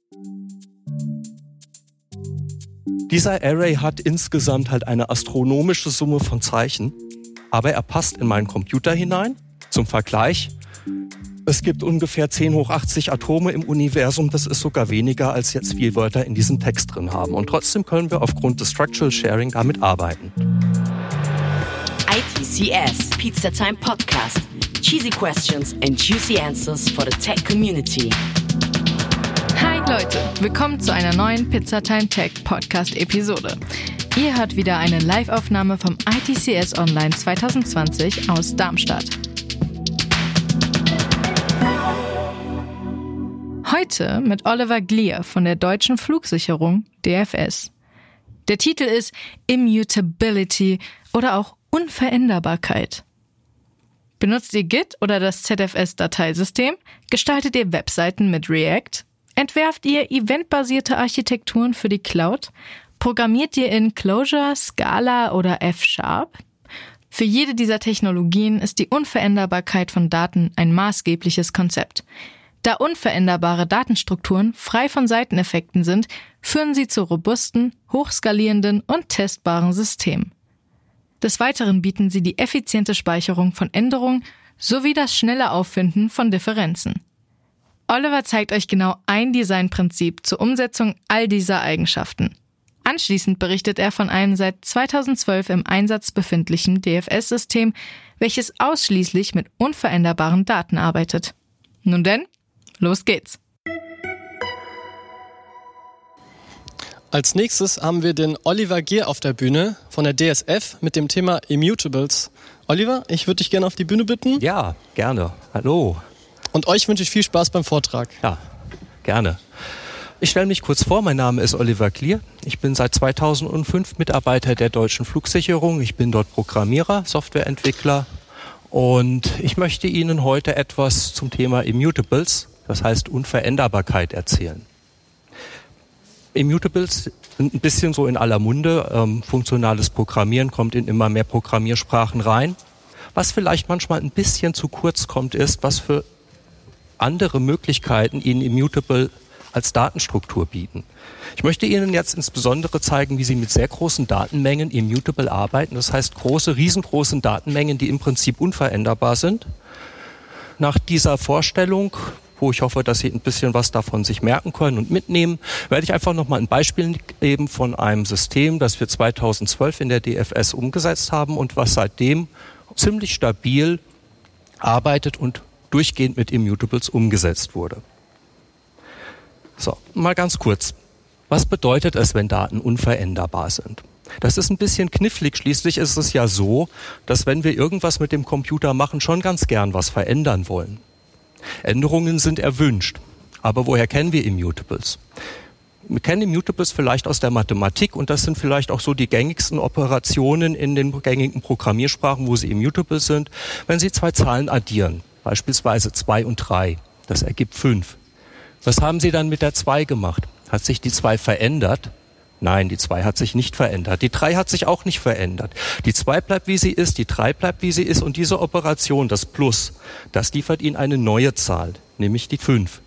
Dieser Array hat insgesamt halt eine astronomische Summe von Zeichen, aber er passt in meinen Computer hinein. Zum Vergleich, es gibt ungefähr 10 hoch 80 Atome im Universum, das ist sogar weniger, als jetzt wir Wörter in diesem Text drin haben. Und trotzdem können wir aufgrund des Structural Sharing damit arbeiten. ITCS Pizza Time Podcast. Cheesy questions and juicy answers for the tech community. Hi Leute, willkommen zu einer neuen Pizza Time Tech Podcast Episode. Ihr hört wieder eine Live-Aufnahme vom ITCS Online 2020 aus Darmstadt. Heute mit Oliver Glier von der Deutschen Flugsicherung DFS. Der Titel ist Immutability oder auch Unveränderbarkeit. Benutzt ihr Git oder das ZFS-Dateisystem? Gestaltet ihr Webseiten mit React? Entwerft ihr eventbasierte Architekturen für die Cloud? Programmiert ihr in Clojure, Scala oder F#? Für jede dieser Technologien ist die Unveränderbarkeit von Daten ein maßgebliches Konzept. Da unveränderbare Datenstrukturen frei von Seiteneffekten sind, führen sie zu robusten, hochskalierenden und testbaren Systemen. Des Weiteren bieten sie die effiziente Speicherung von Änderungen sowie das schnelle Auffinden von Differenzen. Oliver zeigt euch genau ein Designprinzip zur Umsetzung all dieser Eigenschaften. Anschließend berichtet er von einem seit 2012 im Einsatz befindlichen DFS-System, welches ausschließlich mit unveränderbaren Daten arbeitet. Nun denn, los geht's! Als nächstes haben wir den Oliver Glier auf der Bühne von der DSF mit dem Thema Immutables. Oliver, ich würde dich gerne auf die Bühne bitten. Ja, gerne. Hallo. Und euch wünsche ich viel Spaß beim Vortrag. Ja, gerne. Ich stelle mich kurz vor, mein Name ist Oliver Glier. Ich bin seit 2005 Mitarbeiter der Deutschen Flugsicherung. Ich bin dort Programmierer, Softwareentwickler und ich möchte Ihnen heute etwas zum Thema Immutables, das heißt Unveränderbarkeit, erzählen. Immutables sind ein bisschen so in aller Munde. Funktionales Programmieren kommt in immer mehr Programmiersprachen rein. Was vielleicht manchmal ein bisschen zu kurz kommt, ist, was für andere Möglichkeiten Ihnen Immutable als Datenstruktur bieten. Ich möchte Ihnen jetzt insbesondere zeigen, wie Sie mit sehr großen Datenmengen immutable arbeiten. Das heißt riesengroßen Datenmengen, die im Prinzip unveränderbar sind. Nach dieser Vorstellung, wo ich hoffe, dass Sie ein bisschen was davon sich merken können und mitnehmen, werde ich einfach nochmal ein Beispiel geben von einem System, das wir 2012 in der DFS umgesetzt haben und was seitdem ziemlich stabil arbeitet und durchgehend mit Immutables umgesetzt wurde. So, mal ganz kurz. Was bedeutet es, wenn Daten unveränderbar sind? Das ist ein bisschen knifflig. Schließlich ist es ja so, dass wenn wir irgendwas mit dem Computer machen, schon ganz gern was verändern wollen. Änderungen sind erwünscht. Aber woher kennen wir Immutables? Wir kennen Immutables vielleicht aus der Mathematik und das sind vielleicht auch so die gängigsten Operationen in den gängigen Programmiersprachen, wo sie immutable sind. Wenn Sie zwei Zahlen addieren, beispielsweise 2 und 3, das ergibt 5. Was haben Sie dann mit der 2 gemacht? Hat sich die 2 verändert? Nein, die 2 hat sich nicht verändert. Die 3 hat sich auch nicht verändert. Die 2 bleibt wie sie ist, die 3 bleibt wie sie ist und diese Operation, das Plus, das liefert Ihnen eine neue Zahl, nämlich die 5.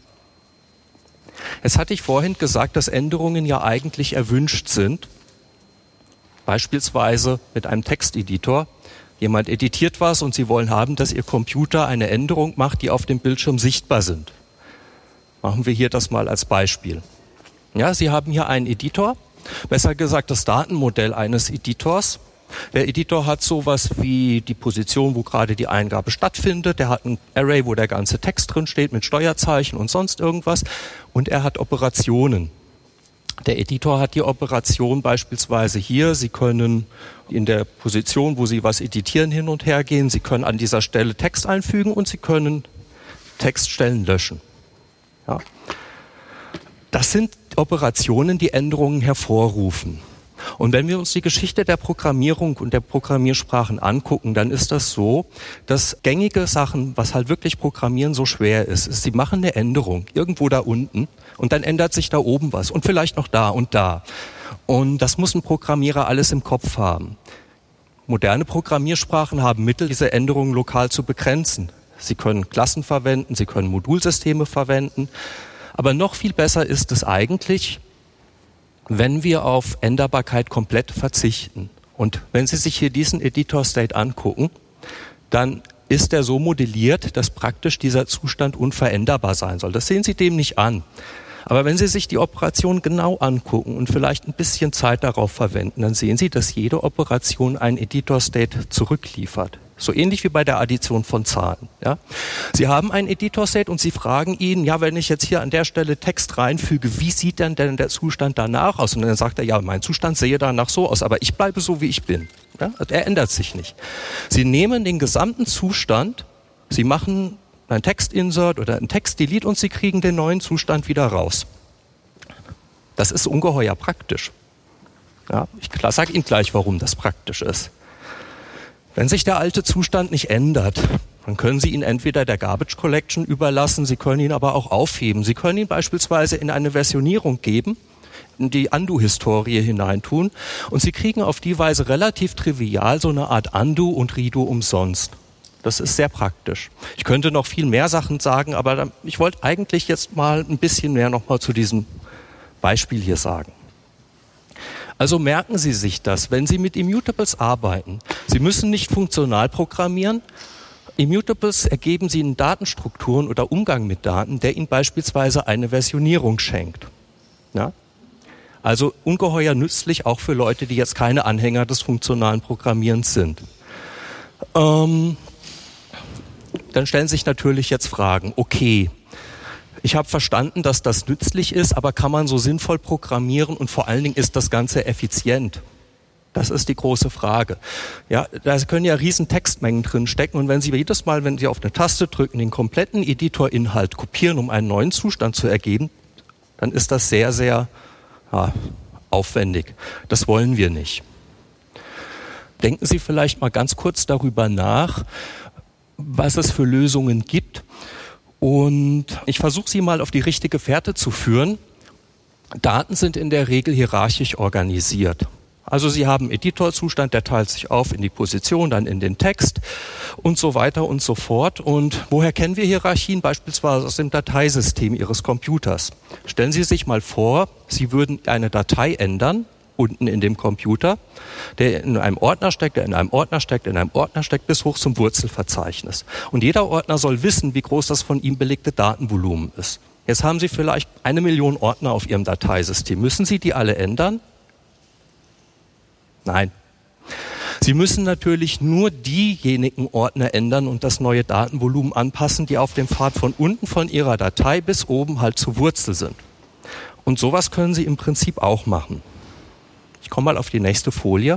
Jetzt hatte ich vorhin gesagt, dass Änderungen ja eigentlich erwünscht sind. Beispielsweise mit einem Texteditor. Jemand editiert was und Sie wollen haben, dass Ihr Computer eine Änderung macht, die auf dem Bildschirm sichtbar sind. Machen wir hier das mal als Beispiel. Ja, Sie haben hier einen Editor, besser gesagt das Datenmodell eines Editors. Der Editor hat sowas wie die Position, wo gerade die Eingabe stattfindet. Der hat ein Array, wo der ganze Text drin steht mit Steuerzeichen und sonst irgendwas. Und er hat Operationen. Der Editor hat die Operation beispielsweise hier. Sie können in der Position, wo Sie was editieren, hin und her gehen. Sie können an dieser Stelle Text einfügen und Sie können Textstellen löschen. Ja. Das sind Operationen, die Änderungen hervorrufen. Und wenn wir uns die Geschichte der Programmierung und der Programmiersprachen angucken, dann ist das so, dass gängige Sachen, was halt wirklich Programmieren so schwer ist, sie machen eine Änderung irgendwo da unten und dann ändert sich da oben was und vielleicht noch da und da. Und das muss ein Programmierer alles im Kopf haben. Moderne Programmiersprachen haben Mittel, diese Änderungen lokal zu begrenzen. Sie können Klassen verwenden, sie können Modulsysteme verwenden. Aber noch viel besser ist es eigentlich, wenn wir auf Änderbarkeit komplett verzichten. Und wenn Sie sich hier diesen Editor State angucken, dann ist er so modelliert, dass praktisch dieser Zustand unveränderbar sein soll. Das sehen Sie dem nicht an. Aber wenn Sie sich die Operation genau angucken und vielleicht ein bisschen Zeit darauf verwenden, dann sehen Sie, dass jede Operation einen Editor State zurückliefert. So ähnlich wie bei der Addition von Zahlen. Ja? Sie haben einen Editor State und Sie fragen ihn, ja, wenn ich jetzt hier an der Stelle Text reinfüge, wie sieht denn der Zustand danach aus? Und dann sagt er, ja, mein Zustand sehe danach so aus, aber ich bleibe so, wie ich bin. Ja? Er ändert sich nicht. Sie nehmen den gesamten Zustand, Sie machen ein Textinsert oder ein Textdelete und Sie kriegen den neuen Zustand wieder raus. Das ist ungeheuer praktisch. Ja? Ich sage Ihnen gleich, warum das praktisch ist. Wenn sich der alte Zustand nicht ändert, dann können Sie ihn entweder der Garbage Collection überlassen, Sie können ihn aber auch aufheben. Sie können ihn beispielsweise in eine Versionierung geben, in die Undo-Historie hineintun und Sie kriegen auf die Weise relativ trivial so eine Art Undo und Redo umsonst. Das ist sehr praktisch. Ich könnte noch viel mehr Sachen sagen, aber ich wollte eigentlich jetzt mal ein bisschen mehr nochmal zu diesem Beispiel hier sagen. Also merken Sie sich das, wenn Sie mit Immutables arbeiten. Sie müssen nicht funktional programmieren. Immutables ergeben Sie in Datenstrukturen oder Umgang mit Daten, der Ihnen beispielsweise eine Versionierung schenkt. Ja? Also ungeheuer nützlich auch für Leute, die jetzt keine Anhänger des funktionalen Programmierens sind. Dann stellen sich natürlich jetzt Fragen, okay, ich habe verstanden, dass das nützlich ist, aber kann man so sinnvoll programmieren und vor allen Dingen ist das Ganze effizient? Das ist die große Frage. Ja, da können ja riesen Textmengen drin stecken und wenn Sie jedes Mal, wenn Sie auf eine Taste drücken, den kompletten Editorinhalt kopieren, um einen neuen Zustand zu ergeben, dann ist das sehr, sehr aufwendig. Das wollen wir nicht. Denken Sie vielleicht mal ganz kurz darüber nach, was es für Lösungen gibt. Und ich versuche Sie mal auf die richtige Fährte zu führen. Daten sind in der Regel hierarchisch organisiert. Also Sie haben einen Editorzustand, der teilt sich auf in die Position, dann in den Text und so weiter und so fort. Und woher kennen wir Hierarchien? Beispielsweise aus dem Dateisystem Ihres Computers. Stellen Sie sich mal vor, Sie würden eine Datei ändern, unten in dem Computer, der in einem Ordner steckt, der in einem Ordner steckt, in einem Ordner steckt, bis hoch zum Wurzelverzeichnis. Und jeder Ordner soll wissen, wie groß das von ihm belegte Datenvolumen ist. Jetzt haben Sie vielleicht 1 Million Ordner auf Ihrem Dateisystem. Müssen Sie die alle ändern? Nein. Sie müssen natürlich nur diejenigen Ordner ändern und das neue Datenvolumen anpassen, die auf dem Pfad von unten von Ihrer Datei bis oben halt zur Wurzel sind. Und sowas können Sie im Prinzip auch machen. Ich komme mal auf die nächste Folie.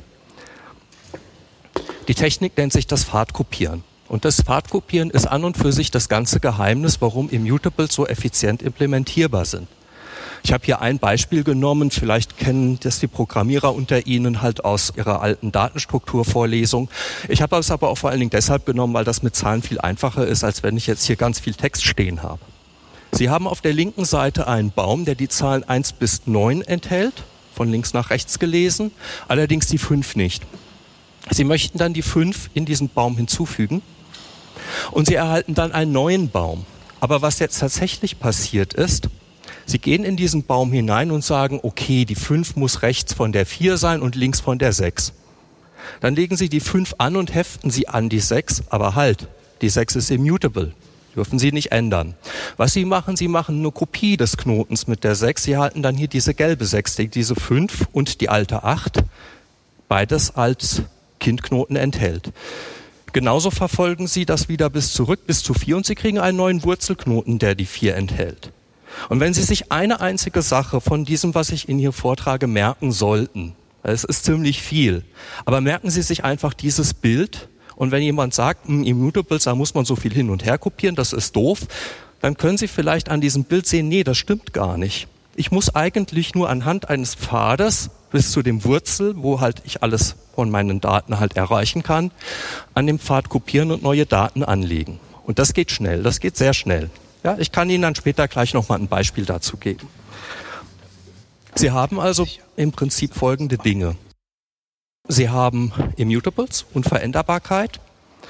Die Technik nennt sich das Pfadkopieren. Und das Pfadkopieren ist an und für sich das ganze Geheimnis, warum Immutables so effizient implementierbar sind. Ich habe hier ein Beispiel genommen, vielleicht kennen das die Programmierer unter Ihnen halt aus ihrer alten Datenstrukturvorlesung. Ich habe es aber auch vor allen Dingen deshalb genommen, weil das mit Zahlen viel einfacher ist, als wenn ich jetzt hier ganz viel Text stehen habe. Sie haben auf der linken Seite einen Baum, der die Zahlen 1 bis 9 enthält, von links nach rechts gelesen, allerdings die 5 nicht. Sie möchten dann die 5 in diesen Baum hinzufügen und Sie erhalten dann einen neuen Baum. Aber was jetzt tatsächlich passiert ist, Sie gehen in diesen Baum hinein und sagen, okay, die 5 muss rechts von der 4 sein und links von der 6. Dann legen Sie die 5 an und heften sie an die 6, aber halt, die 6 ist immutable. Dürfen Sie nicht ändern. Was Sie machen eine Kopie des Knotens mit der 6. Sie halten dann hier diese gelbe 6, diese 5 und die alte 8, beides als Kindknoten enthält. Genauso verfolgen Sie das wieder bis zurück, bis zu 4 und Sie kriegen einen neuen Wurzelknoten, der die 4 enthält. Und wenn Sie sich eine einzige Sache von diesem, was ich Ihnen hier vortrage, merken sollten, es ist ziemlich viel, aber merken Sie sich einfach dieses Bild. Und wenn jemand sagt, Immutables, da muss man so viel hin und her kopieren, das ist doof, dann können Sie vielleicht an diesem Bild sehen, nee, das stimmt gar nicht. Ich muss eigentlich nur anhand eines Pfades bis zu dem Wurzel, wo halt ich alles von meinen Daten halt erreichen kann, an dem Pfad kopieren und neue Daten anlegen. Und das geht schnell, das geht sehr schnell. Ja, ich kann Ihnen dann später gleich nochmal ein Beispiel dazu geben. Sie haben also im Prinzip folgende Dinge. Sie haben Immutables, Unveränderbarkeit.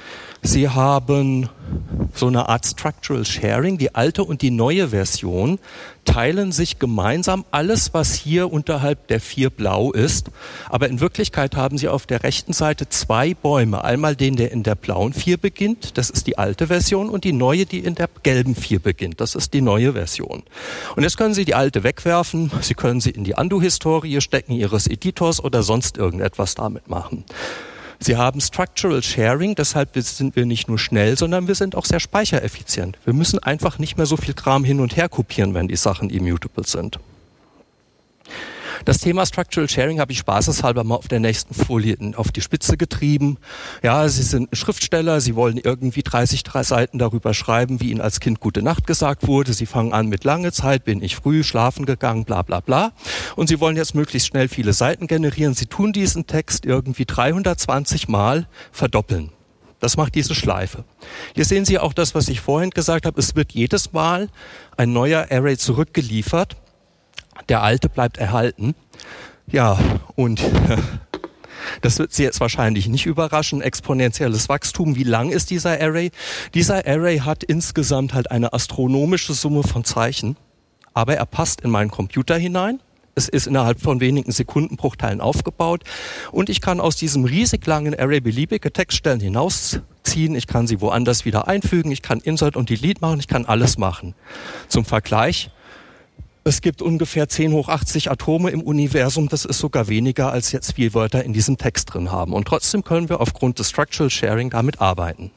Sie haben so eine Art Structural Sharing. Die alte und die neue Version teilen sich gemeinsam alles, was hier unterhalb der 4 blau ist. Aber in Wirklichkeit haben Sie auf der rechten Seite 2 Bäume. Einmal den, der in der blauen 4 beginnt. Das ist die alte Version. Und die neue, die in der gelben 4 beginnt. Das ist die neue Version. Und jetzt können Sie die alte wegwerfen. Sie können sie in die Undo-Historie stecken Ihres Editors oder sonst irgendetwas damit machen. Sie haben Structural Sharing, deshalb sind wir nicht nur schnell, sondern wir sind auch sehr speichereffizient. Wir müssen einfach nicht mehr so viel Kram hin und her kopieren, wenn die Sachen immutable sind. Das Thema Structural Sharing habe ich spaßeshalber mal auf der nächsten Folie auf die Spitze getrieben. Ja, Sie sind ein Schriftsteller, Sie wollen irgendwie 30 Seiten darüber schreiben, wie Ihnen als Kind gute Nacht gesagt wurde. Sie fangen an mit lange Zeit, bin ich früh schlafen gegangen, bla bla bla. Und Sie wollen jetzt möglichst schnell viele Seiten generieren. Sie tun diesen Text irgendwie 320 Mal verdoppeln. Das macht diese Schleife. Hier sehen Sie auch das, was ich vorhin gesagt habe. Es wird jedes Mal ein neuer Array zurückgeliefert. Der alte bleibt erhalten. Ja, und das wird Sie jetzt wahrscheinlich nicht überraschen. Exponentielles Wachstum. Wie lang ist dieser Array? Dieser Array hat insgesamt halt eine astronomische Summe von Zeichen. Aber er passt in meinen Computer hinein. Es ist innerhalb von wenigen Sekundenbruchteilen aufgebaut. Und ich kann aus diesem riesig langen Array beliebige Textstellen hinausziehen. Ich kann sie woanders wieder einfügen. Ich kann Insert und Delete machen. Ich kann alles machen. Zum Vergleich. Es gibt ungefähr 10 hoch 80 Atome im Universum. Das ist sogar weniger, als jetzt wir Wörter in diesem Text drin haben. Und trotzdem können wir aufgrund des Structural Sharing damit arbeiten.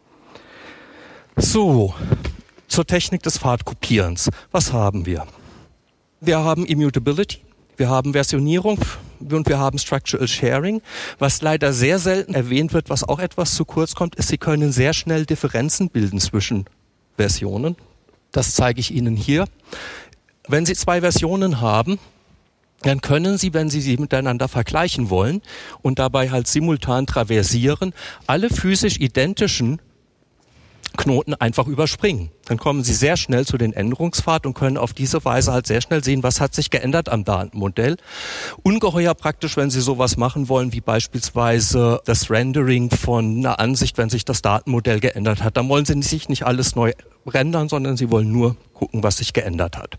So, zur Technik des Pfadkopierens. Was haben wir? Wir haben Immutability, wir haben Versionierung und wir haben Structural Sharing. Was leider sehr selten erwähnt wird, was auch etwas zu kurz kommt, ist, Sie können sehr schnell Differenzen bilden zwischen Versionen. Das zeige ich Ihnen hier. Wenn Sie 2 Versionen haben, dann können Sie, wenn Sie sie miteinander vergleichen wollen und dabei halt simultan traversieren, alle physisch identischen Knoten einfach überspringen. Dann kommen Sie sehr schnell zu den Änderungspfad und können auf diese Weise halt sehr schnell sehen, was hat sich geändert am Datenmodell. Ungeheuer praktisch, wenn Sie sowas machen wollen, wie beispielsweise das Rendering von einer Ansicht, wenn sich das Datenmodell geändert hat. Dann wollen Sie sich nicht alles neu rendern, sondern Sie wollen nur gucken, was sich geändert hat.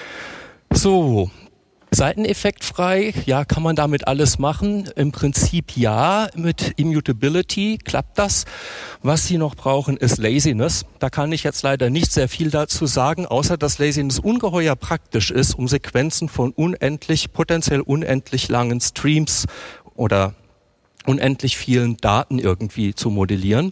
So, seiteneffektfrei, ja, kann man damit alles machen? Im Prinzip ja, mit Immutability klappt das. Was Sie noch brauchen, ist Laziness. Da kann ich jetzt leider nicht sehr viel dazu sagen, außer dass Laziness ungeheuer praktisch ist, um Sequenzen von potenziell unendlich langen Streams oder unendlich vielen Daten irgendwie zu modellieren.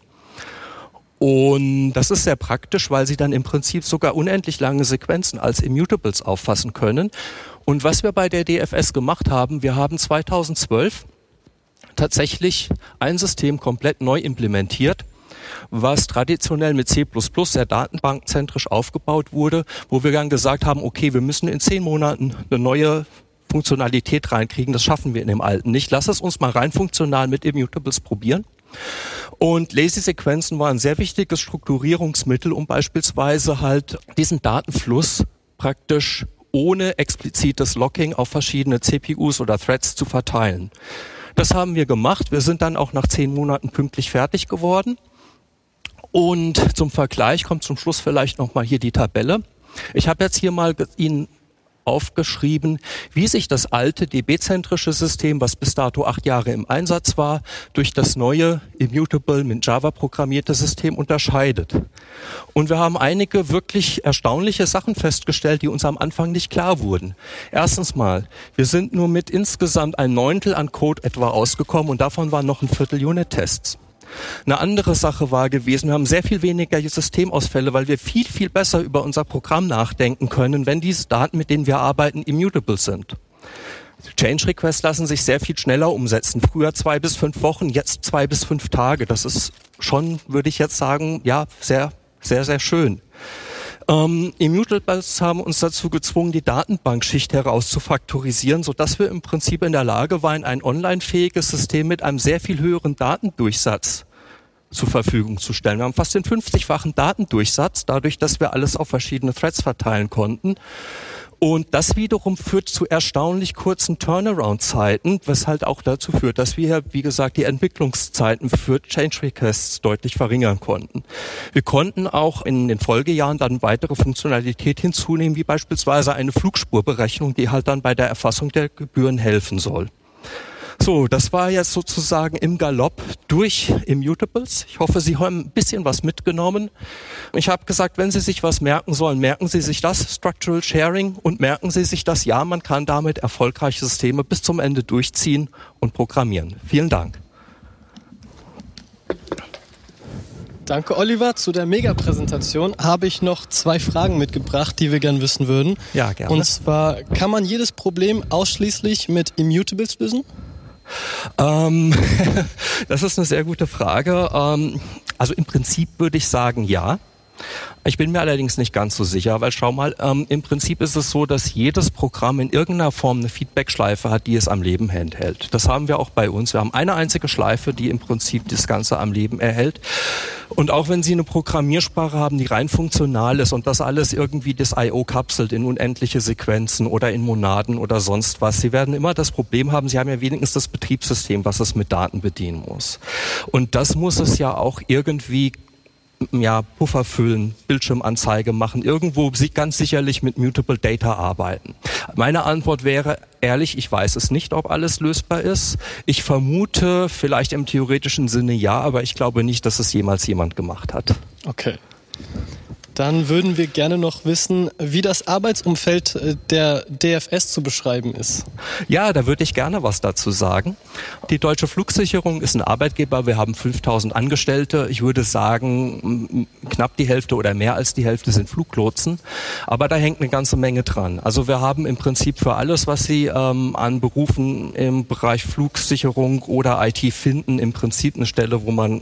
Und das ist sehr praktisch, weil Sie dann im Prinzip sogar unendlich lange Sequenzen als Immutables auffassen können. Und was wir bei der DFS gemacht haben, wir haben 2012 tatsächlich ein System komplett neu implementiert, was traditionell mit C++ sehr datenbankzentrisch aufgebaut wurde, wo wir dann gesagt haben, okay, wir müssen in 10 Monaten eine neue Funktionalität reinkriegen, das schaffen wir in dem alten nicht. Lass es uns mal rein funktional mit Immutables probieren. Und Lazy-Sequenzen waren ein sehr wichtiges Strukturierungsmittel, um beispielsweise halt diesen Datenfluss praktisch ohne explizites Locking auf verschiedene CPUs oder Threads zu verteilen. Das haben wir gemacht. Wir sind dann auch nach 10 Monaten pünktlich fertig geworden. Und zum Vergleich kommt zum Schluss vielleicht nochmal hier die Tabelle. Ich habe jetzt hier mal Ihnen aufgeschrieben, wie sich das alte DB-zentrische System, was bis dato 8 Jahre im Einsatz war, durch das neue Immutable mit Java programmierte System unterscheidet. Und wir haben einige wirklich erstaunliche Sachen festgestellt, die uns am Anfang nicht klar wurden. Erstens mal, wir sind nur mit insgesamt 1/9 an Code etwa ausgekommen und davon waren noch 1/4 Unit-Tests. Eine andere Sache war gewesen, wir haben sehr viel weniger Systemausfälle, weil wir viel, viel besser über unser Programm nachdenken können, wenn diese Daten, mit denen wir arbeiten, immutable sind. Change Requests lassen sich sehr viel schneller umsetzen. Früher 2 bis 5 Wochen, jetzt 2 bis 5 Tage. Das ist schon, würde ich jetzt sagen, ja, sehr, sehr, sehr schön. Immutables haben uns dazu gezwungen, die Datenbankschicht herauszufaktorisieren, sodass wir im Prinzip in der Lage waren, ein online-fähiges System mit einem sehr viel höheren Datendurchsatz zur Verfügung zu stellen. Wir haben fast den 50-fachen Datendurchsatz, dadurch, dass wir alles auf verschiedene Threads verteilen konnten. Und das wiederum führt zu erstaunlich kurzen Turnaround-Zeiten, was halt auch dazu führt, dass wir, wie gesagt, die Entwicklungszeiten für Change Requests deutlich verringern konnten. Wir konnten auch in den Folgejahren dann weitere Funktionalität hinzunehmen, wie beispielsweise eine Flugspurberechnung, die halt dann bei der Erfassung der Gebühren helfen soll. So, das war jetzt sozusagen im Galopp durch Immutables. Ich hoffe, Sie haben ein bisschen was mitgenommen. Ich habe gesagt, wenn Sie sich was merken sollen, merken Sie sich das Structural Sharing und merken Sie sich das, ja, man kann damit erfolgreiche Systeme bis zum Ende durchziehen und programmieren. Vielen Dank. Danke, Oliver. Zu der Mega-Präsentation habe ich noch 2 Fragen mitgebracht, die wir gern wissen würden. Ja, gerne. Und zwar, kann man jedes Problem ausschließlich mit Immutables lösen? Das ist eine sehr gute Frage. Also im Prinzip würde ich sagen, ja. Ich bin mir allerdings nicht ganz so sicher, weil schau mal, im Prinzip ist es so, dass jedes Programm in irgendeiner Form eine Feedback-Schleife hat, die es am Leben hält. Das haben wir auch bei uns. Wir haben eine einzige Schleife, die im Prinzip das Ganze am Leben erhält. Und auch wenn Sie eine Programmiersprache haben, die rein funktional ist und das alles irgendwie das I/O kapselt in unendliche Sequenzen oder in Monaden oder sonst was, Sie werden immer das Problem haben, Sie haben ja wenigstens das Betriebssystem, was es mit Daten bedienen muss. Und das muss es ja auch irgendwie Puffer füllen, Bildschirmanzeige machen, irgendwo ganz sicherlich mit Mutable Data arbeiten. Meine Antwort wäre, ehrlich, ich weiß es nicht, ob alles lösbar ist. Ich vermute, vielleicht im theoretischen Sinne ja, aber ich glaube nicht, dass es jemals jemand gemacht hat. Okay. Dann würden wir gerne noch wissen, wie das Arbeitsumfeld der DFS zu beschreiben ist. Ja, da würde ich gerne was dazu sagen. Die Deutsche Flugsicherung ist ein Arbeitgeber. Wir haben 5000 Angestellte. Ich würde sagen, knapp die Hälfte oder mehr als die Hälfte sind Fluglotsen. Aber da hängt eine ganze Menge dran. Also wir haben im Prinzip für alles, was Sie an Berufen im Bereich Flugsicherung oder IT finden, im Prinzip eine Stelle,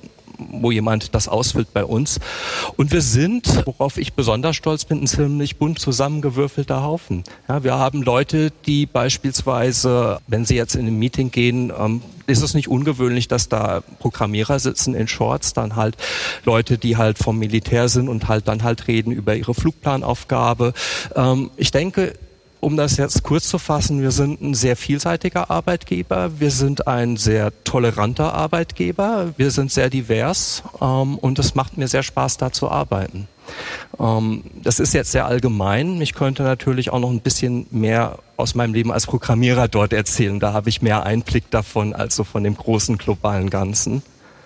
wo jemand das ausfüllt bei uns. Und wir sind, worauf ich besonders stolz bin, ein ziemlich bunt zusammengewürfelter Haufen. Ja, wir haben Leute, die beispielsweise, wenn sie jetzt in ein Meeting gehen, ist es nicht ungewöhnlich, dass da Programmierer sitzen in Shorts, dann halt Leute, die halt vom Militär sind und halt dann halt reden über ihre Flugplanaufgabe. Ich denke, um das jetzt kurz zu fassen, wir sind ein sehr vielseitiger Arbeitgeber, wir sind ein sehr toleranter Arbeitgeber, wir sind sehr divers und es macht mir sehr Spaß, da zu arbeiten. Das ist jetzt sehr allgemein. Ich könnte natürlich auch noch ein bisschen mehr aus meinem Leben als Programmierer dort erzählen. Da habe ich mehr Einblick davon, als so von dem großen globalen Ganzen.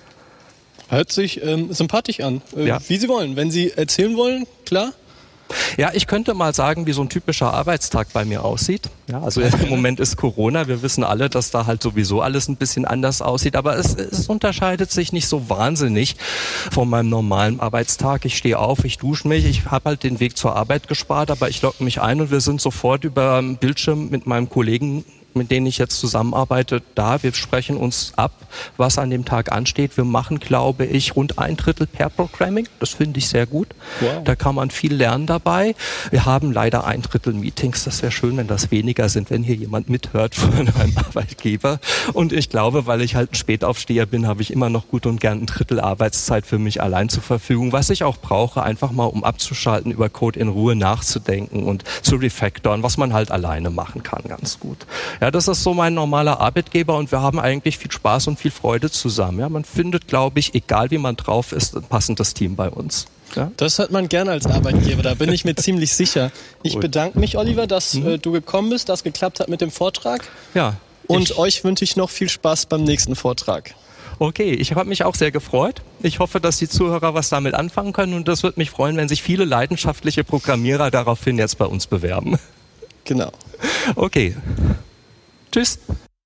Hört sich sympathisch an. Ja. Wie Sie wollen. Wenn Sie erzählen wollen, klar. Ja, ich könnte mal sagen, wie so ein typischer Arbeitstag bei mir aussieht. Ja, also im Moment ist Corona. Wir wissen alle, dass da halt sowieso alles ein bisschen anders aussieht. Aber es unterscheidet sich nicht so wahnsinnig von meinem normalen Arbeitstag. Ich stehe auf, ich dusche mich. Ich habe halt den Weg zur Arbeit gespart, aber ich logge mich ein und wir sind sofort über den Bildschirm mit meinem Kollegen, mit denen ich jetzt zusammenarbeite, da. Wir sprechen uns ab, was an dem Tag ansteht. Wir machen, glaube ich, rund 1/3 Pair Programming. Das finde ich sehr gut. Wow. Da kann man viel lernen dabei. Wir haben leider 1/3 Meetings. Das wäre schön, wenn das weniger sind, wenn hier jemand mithört von einem Arbeitgeber. Und ich glaube, weil ich halt ein Spätaufsteher bin, habe ich immer noch gut und gern 1/3 Arbeitszeit für mich allein zur Verfügung, was ich auch brauche, einfach mal um abzuschalten, über Code in Ruhe nachzudenken und zu refactoren, was man halt alleine machen kann, ganz gut. Ja, das ist so mein normaler Arbeitgeber und wir haben eigentlich viel Spaß und viel Freude zusammen. Ja, man findet, glaube ich, egal wie man drauf ist, ein passendes Team bei uns. Ja? Das hört man gerne als Arbeitgeber, da bin ich mir ziemlich sicher. Ich bedanke mich, Oliver, dass du gekommen bist, dass es geklappt hat mit dem Vortrag. Ja. Und euch wünsche ich noch viel Spaß beim nächsten Vortrag. Okay, ich habe mich auch sehr gefreut. Ich hoffe, dass die Zuhörer was damit anfangen können und das würde mich freuen, wenn sich viele leidenschaftliche Programmierer daraufhin jetzt bei uns bewerben. Genau. Okay. Tschüss.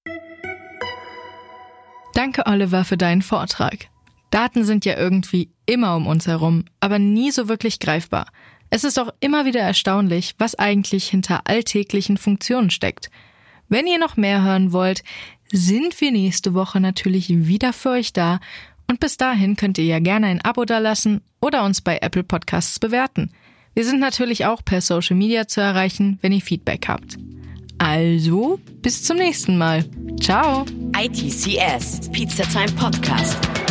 Danke, Oliver, für deinen Vortrag. Daten sind ja irgendwie immer um uns herum, aber nie so wirklich greifbar. Es ist auch immer wieder erstaunlich, was eigentlich hinter alltäglichen Funktionen steckt. Wenn ihr noch mehr hören wollt, sind wir nächste Woche natürlich wieder für euch da. Und bis dahin könnt ihr ja gerne ein Abo dalassen oder uns bei Apple Podcasts bewerten. Wir sind natürlich auch per Social Media zu erreichen, wenn ihr Feedback habt. Also, bis zum nächsten Mal. Ciao. ITCS, Pizza Time Podcast.